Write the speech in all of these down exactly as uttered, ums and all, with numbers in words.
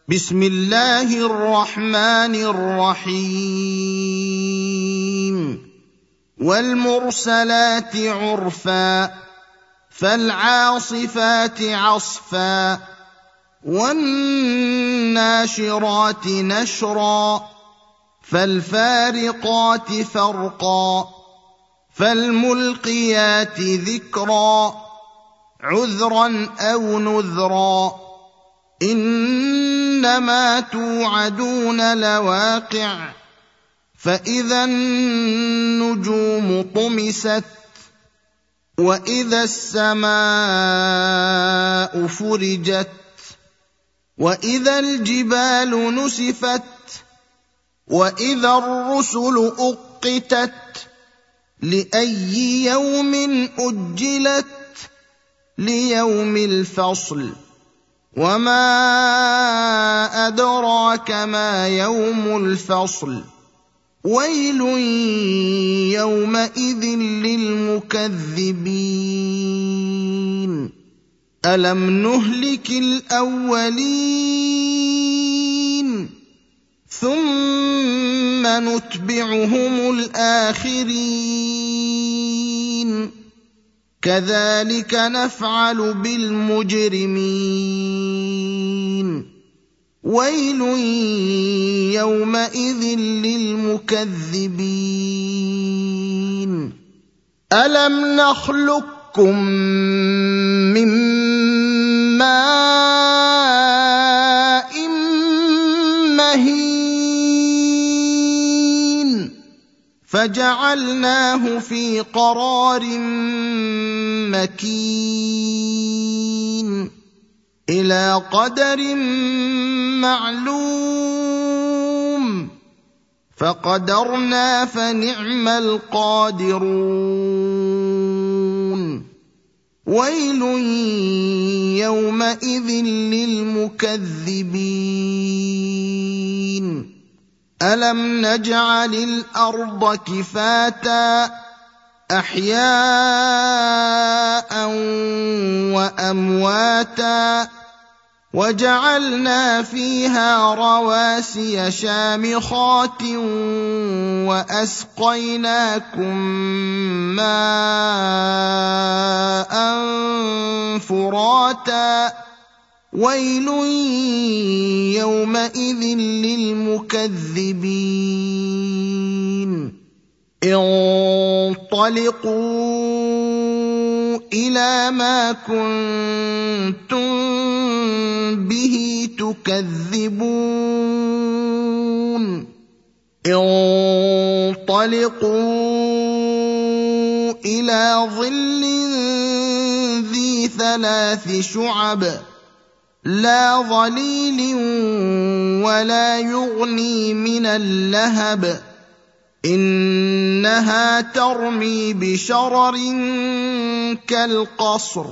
بسم الله الرحمن الرحيم والمرسلات عرفا فالعاصفات عصفا والناشرات نشرا فالفارقات فرقا فالملقيات ذكرا عذرا أو نذرا إنما توعدون لواقع فإذا النجوم طمست وإذا السماء فرجت وإذا الجبال نسفت وإذا الرسل أقتت لأي يوم أجلت ليوم الفصل وما أدراك ما يوم الفصل ويل يومئذ للمكذبين ألم نهلك الأولين ثم نتبعهم الآخرين كذلك نفعل بالمجرمين ويل يومئذ للمكذبين ألم نخلقكم من ماء مهين فجعلناه في قرار مكين إلى قدر معلوم فقدرنا فنعم القادرون ويل يومئذ للمكذبين ألم نجعل الأرض كفاتا أحياء وأمواتا وجعلنا فيها رواسي شامخات وأسقيناكم ماء فراتا ويل يومئذ للمكذبين انطلقوا إلى ما كنتم به تكذبون انطلقوا إلى ظل ذي ثلاث شعب لا ظليل ولا يغني من اللهب إنها ترمي بشرر كالقصر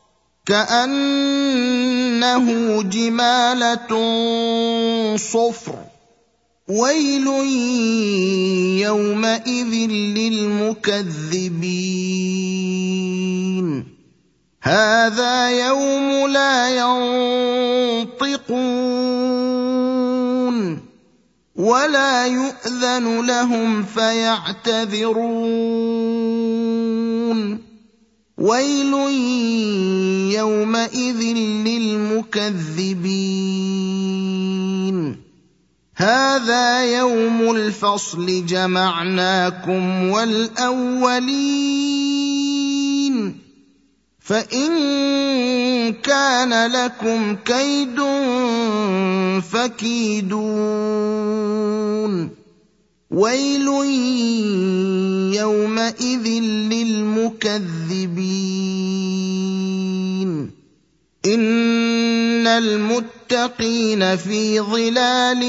كأنه جمالة صفر ويل يومئذ للمكذبين هذا يوم لا ينطقون ولا يؤذن لهم فيعتذرون ويل يومئذ للمكذبين هذا يوم الفصل جمعناكم والأولين فإن كان لكم كيد فكيدون ويل يومئذ للمكذبين إن المتقين في ظلال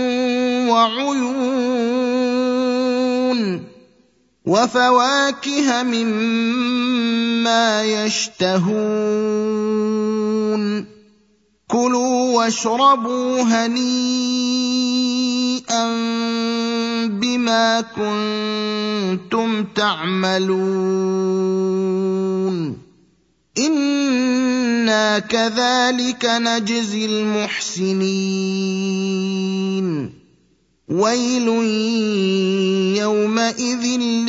وعيون وفواكه مما يشتهون كلوا واشربوا هنيئا بما كنتم تعملون إن انا كذلك نجزي المحسنين ويل يومئذ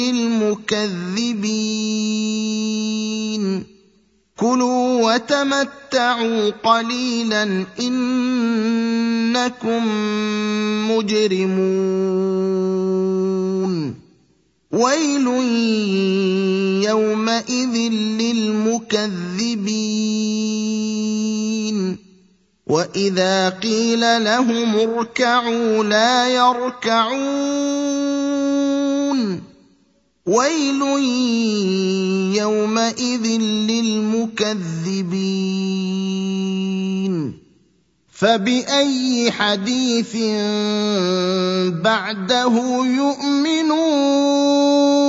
للمكذبين كلوا وتمتعوا قليلا انكم مجرمون ويل يومئذ للمكذبين واذا قيل لهم اركعوا لا يركعون ويل يومئذ للمكذبين فباي حديث بعده يؤمنون